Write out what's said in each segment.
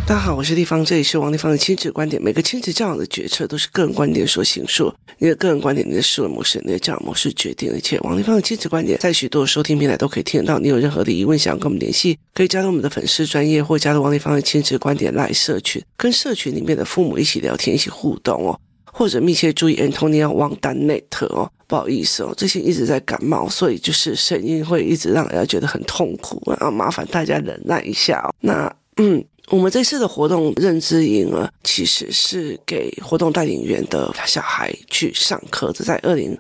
大家好，我是立方，这里是王立方的亲子观点。每个亲子教养的决策都是个人观点所形塑，你的个人观点、你的思维模式、你的教养模式决定了一切。王立方的亲子观点在许多收听平台都可以听得到。你有任何的疑问想要跟我们联系，可以加入我们的粉丝专页，或加入王立方的亲子观点LINE社群，跟社群里面的父母一起聊天，一起互动哦。或者密切注意 Antonia Wang Net 哦，不好意思哦，最近一直在感冒，所以就是声音会一直让人家觉得很痛苦啊，麻烦大家忍耐一下哦。我们这次的活动认知营呢，其实是给活动带领员的小孩去上课，这在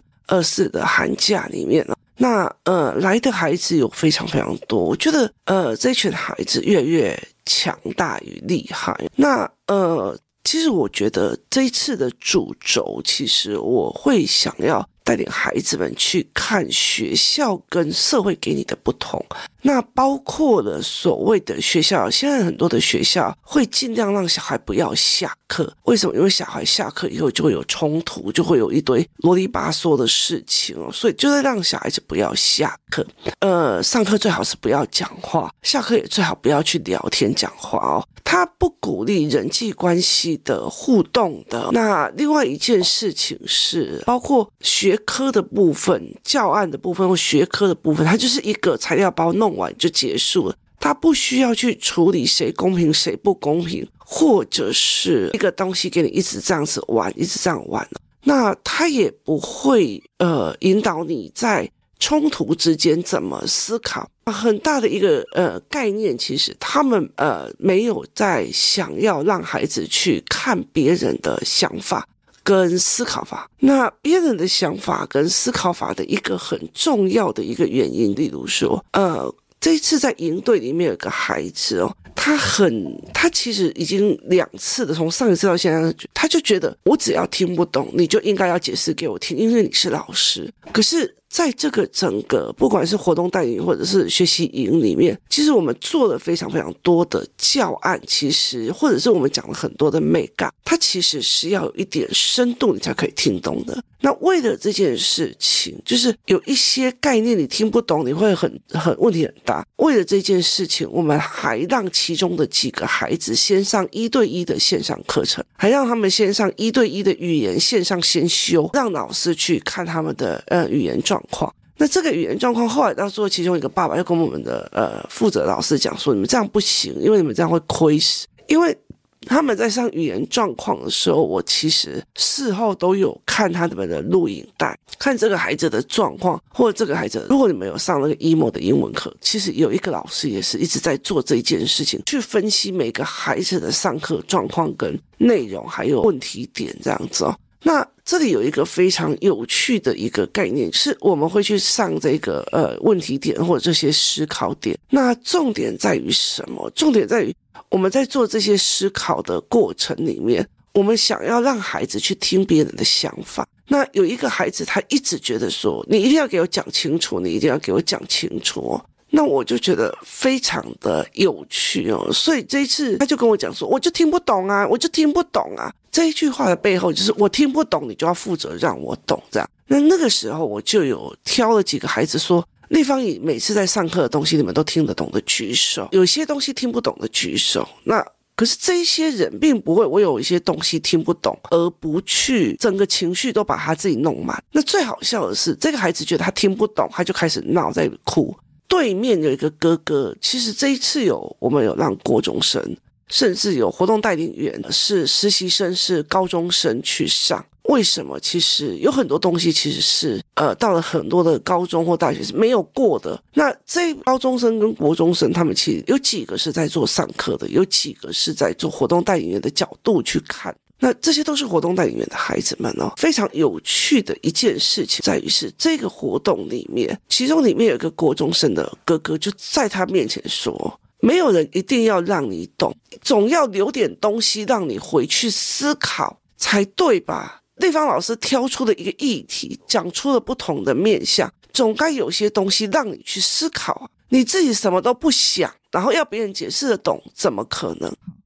2024的寒假里面呢。来的孩子有非常非常多，我觉得这群孩子越来越强大与厉害。其实我觉得这一次的主轴，其实我会想要带领孩子们去看学校跟社会给你的不同，那包括了所谓的学校，现在很多的学校会尽量让小孩不要下课，为什么？因为小孩下课以后就会有冲突，就会有一堆啰里吧嗦的事情哦，所以就是让小孩子不要下课。上课最好是不要讲话，下课也最好不要去聊天讲话哦。他不鼓励人际关系的互动的。那另外一件事情是，包括学科的部分、教案的部分或学科的部分，它就是一个材料包弄完就结束了，他不需要去处理谁公平谁不公平，或者是一个东西给你一直这样子玩，一直这样玩。那他也不会引导你在冲突之间怎么思考。很大的一个概念，其实他们没有在想要让孩子去看别人的想法跟思考法。那别人的想法跟思考法的一个很重要的一个原因，例如说这一次在营队里面有个孩子哦，他其实已经2次的，从上一次到现在，他就觉得我只要听不懂，你就应该要解释给我听，因为你是老师。可是在这个整个不管是活动带领或者是学习营里面，其实我们做了非常非常多的教案，其实或者是我们讲了很多的美感，它其实是要有一点深度你才可以听懂的。那为了这件事情，就是有一些概念你听不懂，你会很问题很大。为了这件事情，我们还让其中的几个孩子先上1对1的线上课程，还让他们先上1对1的语言线上先修，让老师去看他们的语言状况。那这个语言状况后来到时候，其中一个爸爸又跟我们的负责老师讲说，你们这样不行，因为你们这样会亏死。因为他们在上语言状况的时候，我其实事后都有看他们的录影带，看这个孩子的状况，或者这个孩子，如果你们有上那个 EMO 的英文课，其实有一个老师也是一直在做这一件事情，去分析每个孩子的上课状况跟内容还有问题点这样子哦。那这里有一个非常有趣的一个概念，是我们会去上这个问题点或者这些思考点。那重点在于什么？重点在于我们在做这些思考的过程里面，我们想要让孩子去听别人的想法。那有一个孩子他一直觉得说，你一定要给我讲清楚，你一定要给我讲清楚哦。那我就觉得非常的有趣哦，所以这一次他就跟我讲说，我就听不懂啊，我就听不懂啊。这一句话的背后就是我听不懂，你就要负责让我懂这样。那个时候我就有挑了几个孩子说，立方以每次在上课的东西你们都听得懂的举手，有些东西听不懂的举手。那可是这些人并不会，我有一些东西听不懂而不去整个情绪都把他自己弄满。那最好笑的是，这个孩子觉得他听不懂，他就开始闹在哭。对面有一个哥哥，其实这一次我们有让国中生，甚至有活动带领员是实习生，是高中生去上。为什么？其实有很多东西其实是到了很多的高中或大学是没有过的。那这高中生跟国中生，他们其实有几个是在做上课的，有几个是在做活动带领员的角度去看。那这些都是活动带领员的孩子们哦。非常有趣的一件事情在于是，这个活动里面，其中里面有一个国中生的哥哥就在他面前说，没有人一定要让你懂，总要留点东西让你回去思考才对吧？立方老师挑出的一个议题，讲出了不同的面向，总该有些东西让你去思考啊。你自己什么都不想，然后要别人解释得懂，怎么可能？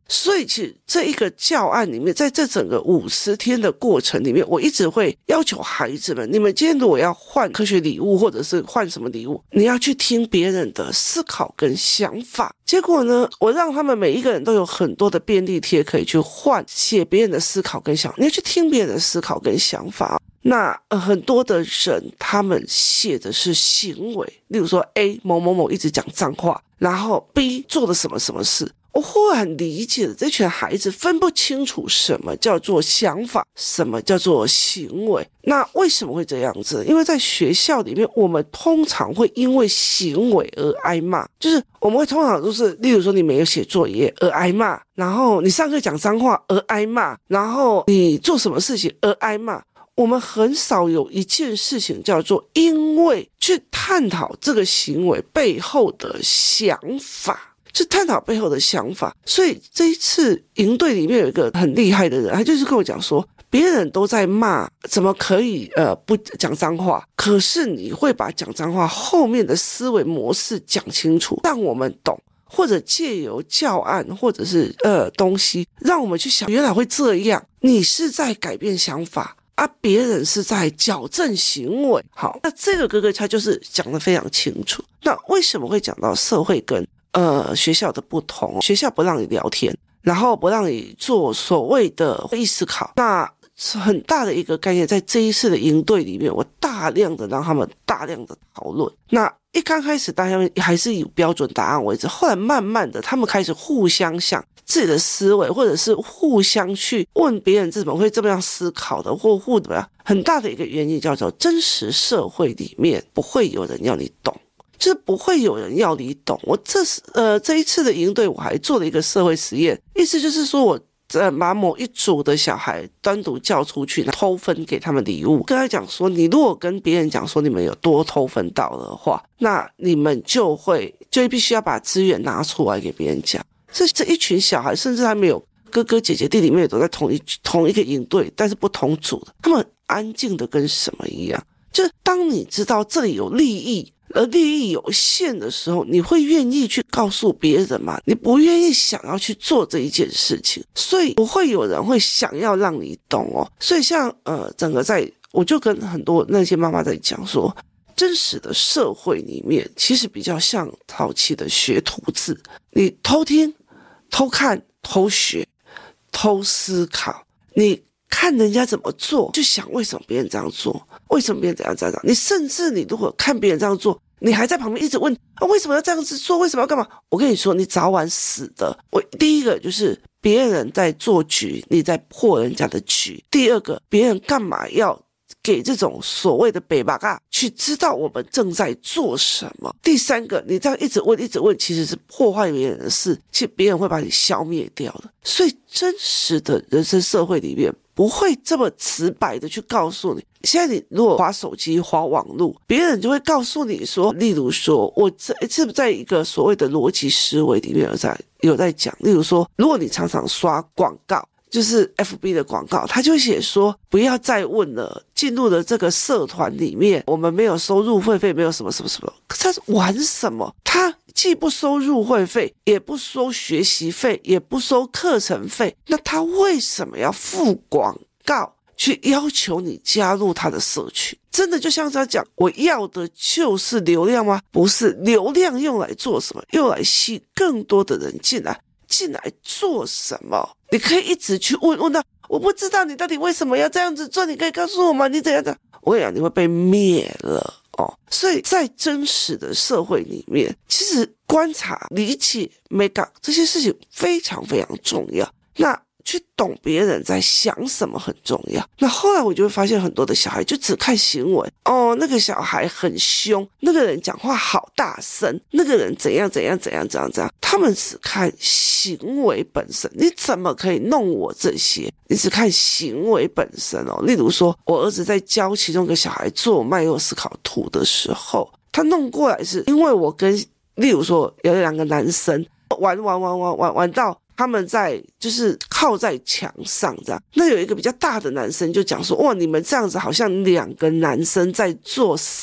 所以其实这一个教案里面，在这整个50天的过程里面，我一直会要求孩子们，你们今天如果要换科学礼物或者是换什么礼物，你要去听别人的思考跟想法。结果呢，我让他们每一个人都有很多的便利贴可以去换写别人的思考跟想法，你要去听别人的思考跟想法。那很多的人他们写的是行为，例如说 A 某某某一直讲脏话，然后 B 做了什么什么事。我忽然理解了这群孩子分不清楚什么叫做想法，什么叫做行为。那为什么会这样子？因为在学校里面，我们通常会因为行为而挨骂，就是我们会通常都是，例如说你没有写作业而挨骂，然后你上课讲脏话而挨骂，然后你做什么事情而挨骂。我们很少有一件事情叫做因为去探讨这个行为背后的想法，去探讨背后的想法。所以这一次营队里面有一个很厉害的人，他就是跟我讲说，别人都在骂怎么可以不讲脏话，可是你会把讲脏话后面的思维模式讲清楚，让我们懂，或者借由教案或者是东西让我们去想，原来会这样，你是在改变想法啊，别人是在矫正行为。好，那这个哥哥他就是讲得非常清楚。那为什么会讲到社会跟学校的不同？学校不让你聊天，然后不让你做所谓的会议思考。那很大的一个概念，在这一次的营队里面，我大量的让他们大量的讨论。那一刚开始大家还是以标准答案为主，后来慢慢的他们开始互相想自己的思维，或者是互相去问别人怎么会这么样思考的，或怎么样。很大的一个原因叫做真实社会里面不会有人要你懂，就是不会有人要你懂。我这一次的营队我还做了一个社会实验，意思就是说我把某一组的小孩单独叫出去偷分给他们礼物，跟他讲说，你如果跟别人讲说你们有多偷分到的话，那你们就必须要把资源拿出来给别人讲。这一群小孩，甚至还没有哥哥姐姐弟弟妹妹都在同一个营队，但是不同组的，他们安静的跟什么一样。就是当你知道这里有利益，而利益有限的时候，你会愿意去告诉别人吗？你不愿意想要去做这一件事情，所以不会有人会想要让你懂哦。所以像整个我就跟很多那些妈妈在讲说，真实的社会里面其实比较像早期的学徒制，你偷听、偷看、偷学、偷思考，你看人家怎么做，就想为什么别人这样做，为什么别人这样。你甚至你如果看别人这样做，你还在旁边一直问为什么要这样子做，为什么要干嘛？我跟你说，你早晚死的。第一个就是别人在做局，你在破人家的局；第二个，别人干嘛要给这种所谓的北巴嘎去知道我们正在做什么？第三个，你这样一直问，其实是破坏别人的事，其实别人会把你消灭掉的。所以真实的人生社会里面不会这么直白的去告诉你。现在你如果滑手机滑网络，别人就会告诉你说，例如说我是在一个所谓的逻辑思维里面有在讲，例如说如果你常常刷广告，就是 FB 的广告，他就写说不要再问了，进入了这个社团里面，我们没有收入会费，没有什么什么什么，他玩什么？他既不收入会费，也不收学习费，也不收课程费，那他为什么要付广告去要求你加入他的社群？真的就像他讲，我要的就是流量吗？不是，流量用来做什么？用来吸更多的人进来做什么？你可以一直去问到，我不知道你到底为什么要这样子做，你可以告诉我吗？你怎样的？我跟你讲，你会被灭了哦。所以在真实的社会里面，其实观察、理解、make up 这些事情非常非常重要。那去懂别人在想什么很重要。那后来我就会发现很多的小孩就只看行为哦，那个小孩很凶，那个人讲话好大声，那个人怎样，他们只看行为本身。你怎么可以弄我这些？你只看行为本身哦。例如说我儿子在教其中一个小孩做脉络思考图的时候，他弄过来是因为我跟例如说有两个男生玩到他们就是靠在墙上这样，那有一个比较大的男生就讲说，哇，你们这样子好像两个男生在做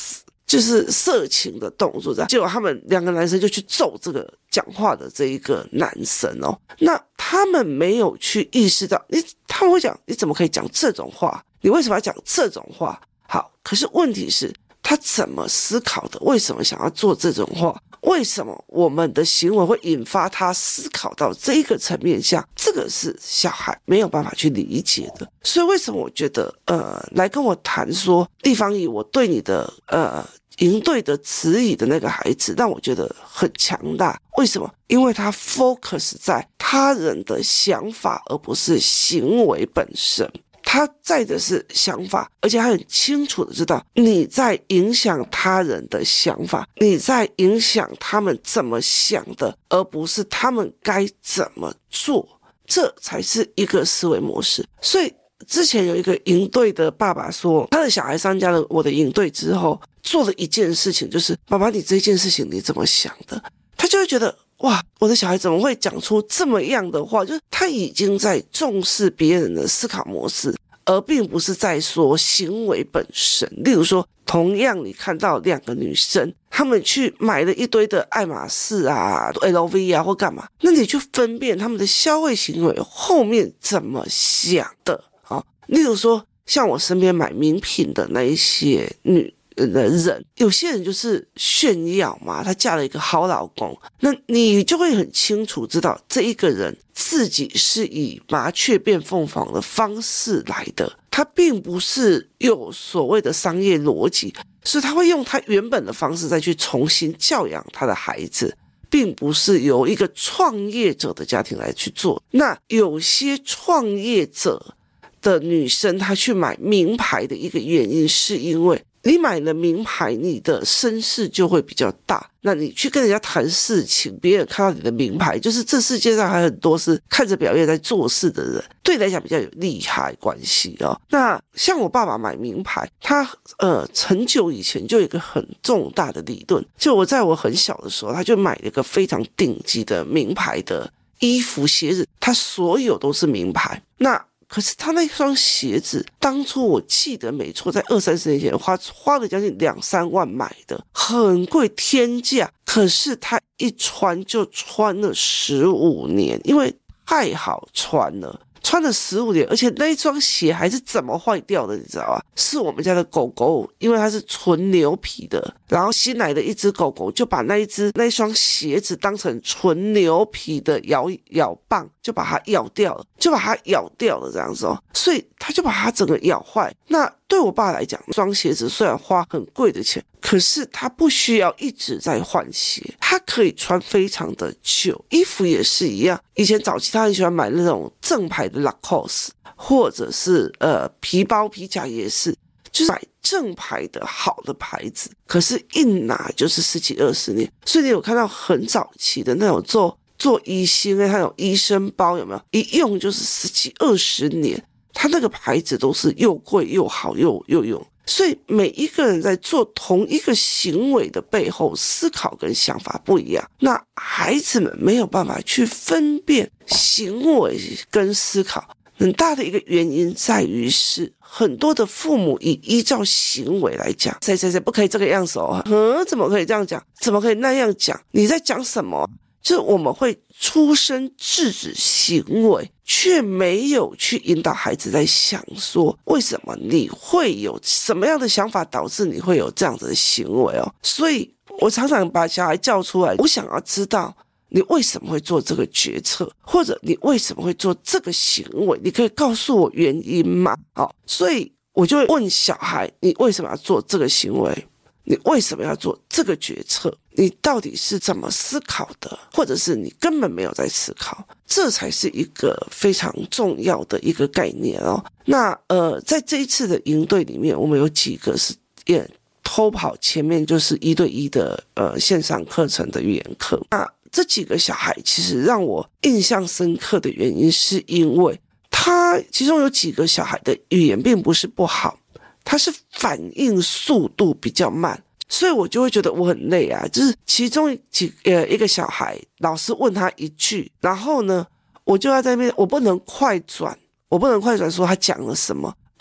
就是色情的动作这样，结果他们2个男生就去揍这个讲话的这一个男生哦。那他们没有去意识到，他们会讲你怎么可以讲这种话？你为什么要讲这种话？好，可是问题是他怎么思考的？为什么想要做这种话？为什么我们的行为会引发他思考到这一个层面下？这个是小孩没有办法去理解的。所以为什么我觉得来跟我谈说立方体，我对你的营队的词语的那个孩子让我觉得很强大。为什么？因为他 focus 在他人的想法而不是行为本身，他在的是想法，而且他很清楚的知道你在影响他人的想法，你在影响他们怎么想的，而不是他们该怎么做，这才是一个思维模式。所以之前有一个营队的爸爸说，他的小孩参加了我的营队之后，做了一件事情，就是爸爸你这件事情你怎么想的？他就会觉得哇，我的小孩怎么会讲出这么样的话？就是他已经在重视别人的思考模式，而并不是在说行为本身。例如说，同样你看到2个女生，她们去买了一堆的爱马仕啊、LV 啊或干嘛，那你去分辨他们的消费行为后面怎么想的啊？例如说，像我身边买名品的那一些的人，有些人就是炫耀嘛，她嫁了一个好老公，那你就会很清楚知道这一个人自己是以麻雀变凤凰的方式来的，他并不是有所谓的商业逻辑，所以他会用他原本的方式再去重新教养他的孩子，并不是由一个创业者的家庭来去做。那有些创业者的女生她去买名牌的一个原因，是因为你买了名牌，你的声势就会比较大。那你去跟人家谈事情，别人看到你的名牌，就是这世界上还很多是看着表面在做事的人，对你来讲比较有利害关系哦。那像我爸爸买名牌，他很久以前就有一个很重大的理论，就我在我很小的时候，他就买了一个非常顶级的名牌的衣服鞋子，他所有都是名牌。那可是他那双鞋子，当初我记得没错，在20-30年前花了将近2-3万买的，很贵天价。可是他一穿就穿了15年，因为太好穿了。穿了15年，而且那一双鞋还是怎么坏掉的，你知道吧？是我们家的狗狗，因为它是纯牛皮的，然后新来的一只狗狗就把那一双鞋子当成纯牛皮的咬棒，就把它咬掉了这样子哦，所以他就把它整个咬坏。那对我爸来讲，这双鞋子虽然花很贵的钱，可是他不需要一直在换鞋，他可以穿非常的久。衣服也是一样，以前早期他很喜欢买那种正牌的 Lacoste， 或者是皮包皮夹也是，就是买正牌的好的牌子，可是一拿就是10几20年。所以你有看到很早期的那种做医sinh的那种医生包，有没有？一用就是10几20年，它那个牌子都是又贵又好又用。所以每一个人在做同一个行为的背后，思考跟想法不一样。那孩子们没有办法去分辨行为跟思考，很大的一个原因在于是很多的父母依照行为来讲，谁不可以这个样子哦，怎么可以这样讲，怎么可以那样讲，你在讲什么？就是我们会出声制止行为，却没有去引导孩子在想说，为什么你会有什么样的想法导致你会有这样子的行为哦。所以我常常把小孩叫出来，我想要知道你为什么会做这个决策，或者你为什么会做这个行为，你可以告诉我原因吗？所以我就会问小孩，你为什么要做这个行为？你为什么要做这个决策？你到底是怎么思考的？或者是你根本没有在思考？这才是一个非常重要的一个概念哦。那在这一次的营队里面，我们有几个是也偷跑前面就是1对1的线上课程的语言课。那这几个小孩其实让我印象深刻的原因，是因为其中有几个小孩的语言并不是不好，他是反应速度比较慢，所以我就会觉得我很累啊。就是其中一个小孩，老师问他一句，然后呢，我就要在那边，我不能快转说他讲了什么，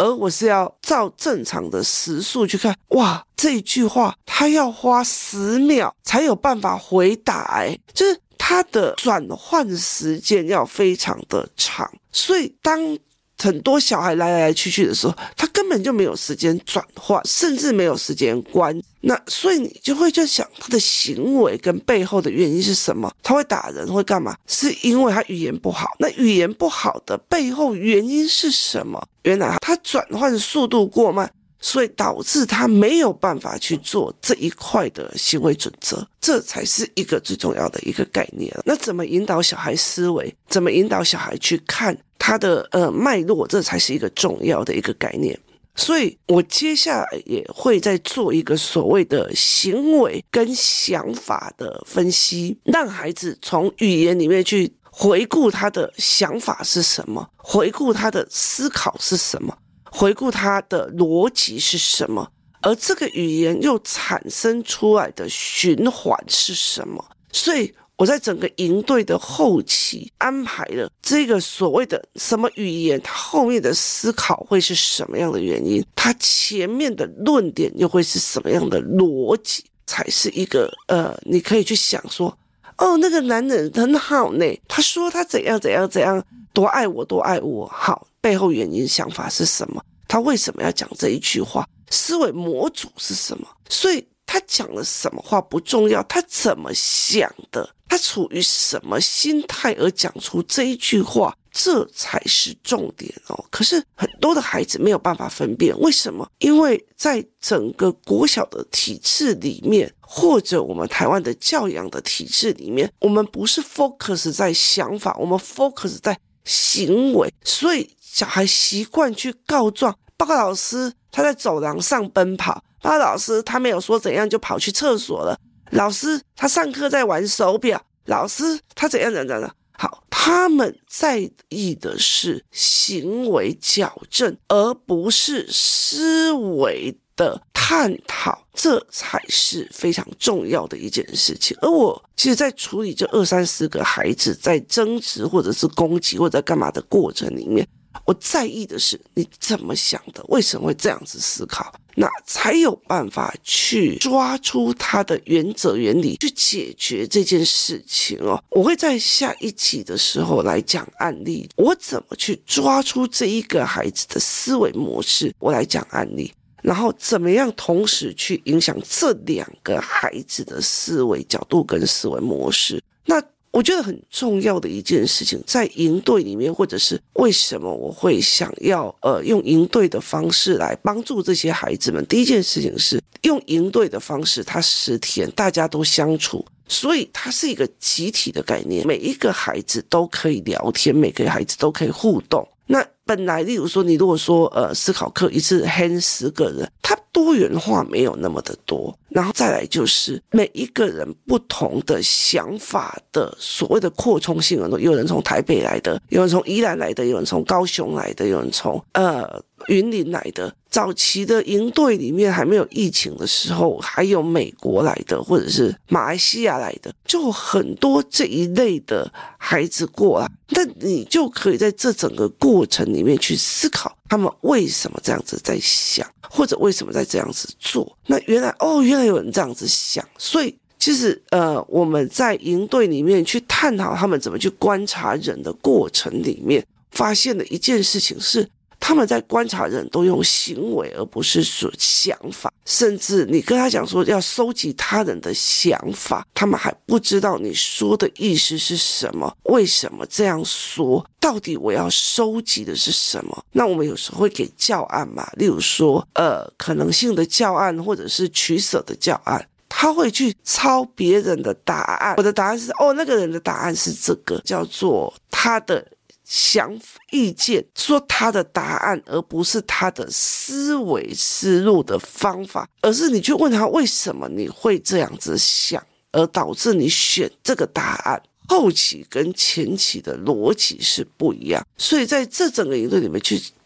而我是要照正常的时速去看，哇，这一句话他要花10秒才有办法回答，就是他的转换时间要非常的长，所以当很多小孩来去的时候，他根本就没有时间转换，甚至没有时间关。那所以你就会去想他的行为跟背后的原因是什么？他会打人会干嘛？是因为他语言不好。那语言不好的背后原因是什么？原来他转换速度过慢，所以导致他没有办法去做这一块的行为准则，这才是一个最重要的一个概念。那怎么引导小孩思维？怎么引导小孩去看他的脉络？这才是一个重要的一个概念。所以我接下来也会再做一个所谓的行为跟想法的分析，让孩子从语言里面去回顾他的想法是什么，回顾他的思考是什么，回顾他的逻辑是什么，而这个语言又产生出来的循环是什么。所以我在整个营队的后期安排了这个所谓的什么语言，它后面的思考会是什么样的原因，它前面的论点又会是什么样的逻辑，才是一个你可以去想说，哦，那个男人很好呢，他说他怎样怎样怎样，多爱我多爱我，好，背后原因想法是什么？他为什么要讲这一句话？思维模组是什么？所以他讲了什么话不重要，他怎么想的，他处于什么心态而讲出这一句话，这才是重点哦。可是很多的孩子没有办法分辨，为什么？因为在整个国小的体制里面，或者我们台湾的教养的体制里面，我们不是 focus 在想法，我们 focus 在行为，所以小孩习惯去告状，报告老师他在走廊上奔跑，报告老师他没有说怎样就跑去厕所了，老师他上课在玩手表，老师他怎样怎样怎样。好，他们在意的是行为矫正，而不是思维的探讨，这才是非常重要的一件事情。而我其实在处理这20-30个孩子在争执或者是攻击或者在干嘛的过程里面，我在意的是你怎么想的，为什么会这样子思考，那才有办法去抓出它的原则原理，去解决这件事情哦。我会在下一集的时候来讲案例，我怎么去抓出这一个孩子的思维模式，我来讲案例，然后怎么样同时去影响这2个孩子的思维角度跟思维模式。那我觉得很重要的一件事情，在营队里面，或者是为什么我会想要用营队的方式来帮助这些孩子们。第一件事情是用营队的方式，它10天大家都相处，所以它是一个集体的概念，每一个孩子都可以聊天，每个孩子都可以互动。那本来例如说你如果说思考课一次 hand 10个人，它多元化没有那么的多，然后再来就是每一个人不同的想法的所谓的扩充性，有人从台北来的，有人从宜兰来的，有人从高雄来的，有人从云林来的。早期的营队里面还没有疫情的时候，还有美国来的，或者是马来西亚来的，就很多这一类的孩子过来。那你就可以在这整个过程里面去思考他们为什么这样子在想，或者为什么在这样子做。那原来有人这样子想，所以其实我们在营队里面去探讨他们怎么去观察人的过程里面，发现的一件事情是，他们在观察人都用行为而不是说想法，甚至你跟他讲说要收集他人的想法，他们还不知道你说的意思是什么，为什么这样说，到底我要收集的是什么。那我们有时候会给教案嘛，例如说可能性的教案或者是取舍的教案，他会去抄别人的答案，我的答案是那个人的答案是这个，叫做他的意见，说他的答案，而不是他的思维思路的方法，而是你去问他为什么你会这样子想，而导致你选这个答案，后期跟前期的逻辑是不一样。所以在这整个营队里面去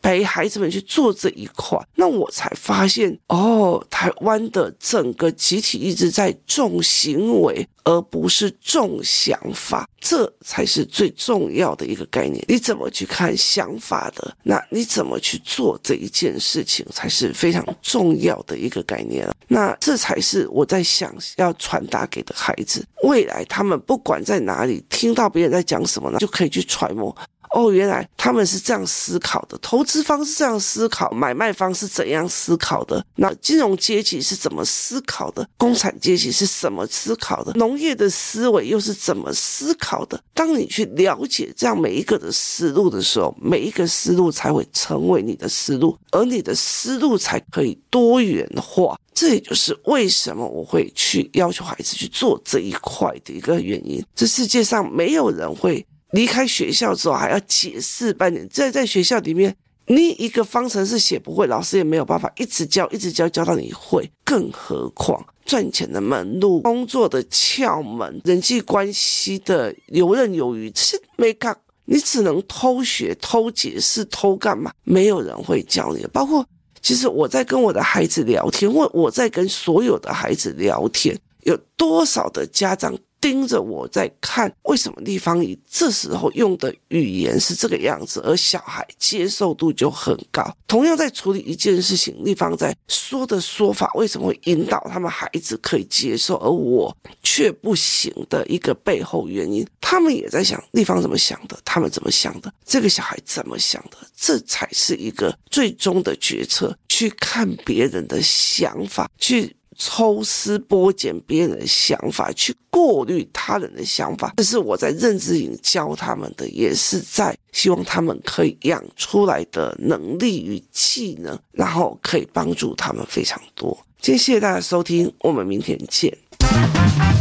陪孩子们去做这一块，那我才发现台湾的整个集体意志在重行为而不是重想法，这才是最重要的一个概念。你怎么去看想法的，那你怎么去做这一件事情才是非常重要的一个概念。那这才是我在想要传达给的孩子，未来他们不管在哪里听到别人在讲什么呢，就可以去揣摩原来他们是这样思考的，投资方是这样思考，买卖方是怎样思考的，那金融阶级是怎么思考的，共产阶级是怎么思考的，农业的思维又是怎么思考的。当你去了解这样每一个的思路的时候，每一个思路才会成为你的思路，而你的思路才可以多元化。这也就是为什么我会去要求孩子去做这一块的一个原因。这世界上没有人会离开学校之后还要解释半年，在学校里面，你一个方程式写不会，老师也没有办法一直教到你会。更何况赚钱的门路、工作的窍门、人际关系的游刃有余，这些没干，你只能偷学、偷解释、偷干嘛？没有人会教你。包括其实我在跟我的孩子聊天，或我在跟所有的孩子聊天，有多少的家长盯着我在看，为什么立方体这时候用的语言是这个样子，而小孩接受度就很高。同样在处理一件事情，立方在说的说法为什么会引导他们孩子可以接受，而我却不行的一个背后原因，他们也在想立方怎么想的，他们怎么想的，这个小孩怎么想的，这才是一个最终的决策。去看别人的想法，去抽丝剥茧别人的想法，去过滤他人的想法，这是我在认知营教他们的，也是在希望他们可以养出来的能力与技能，然后可以帮助他们非常多。今天谢谢大家收听，我们明天见。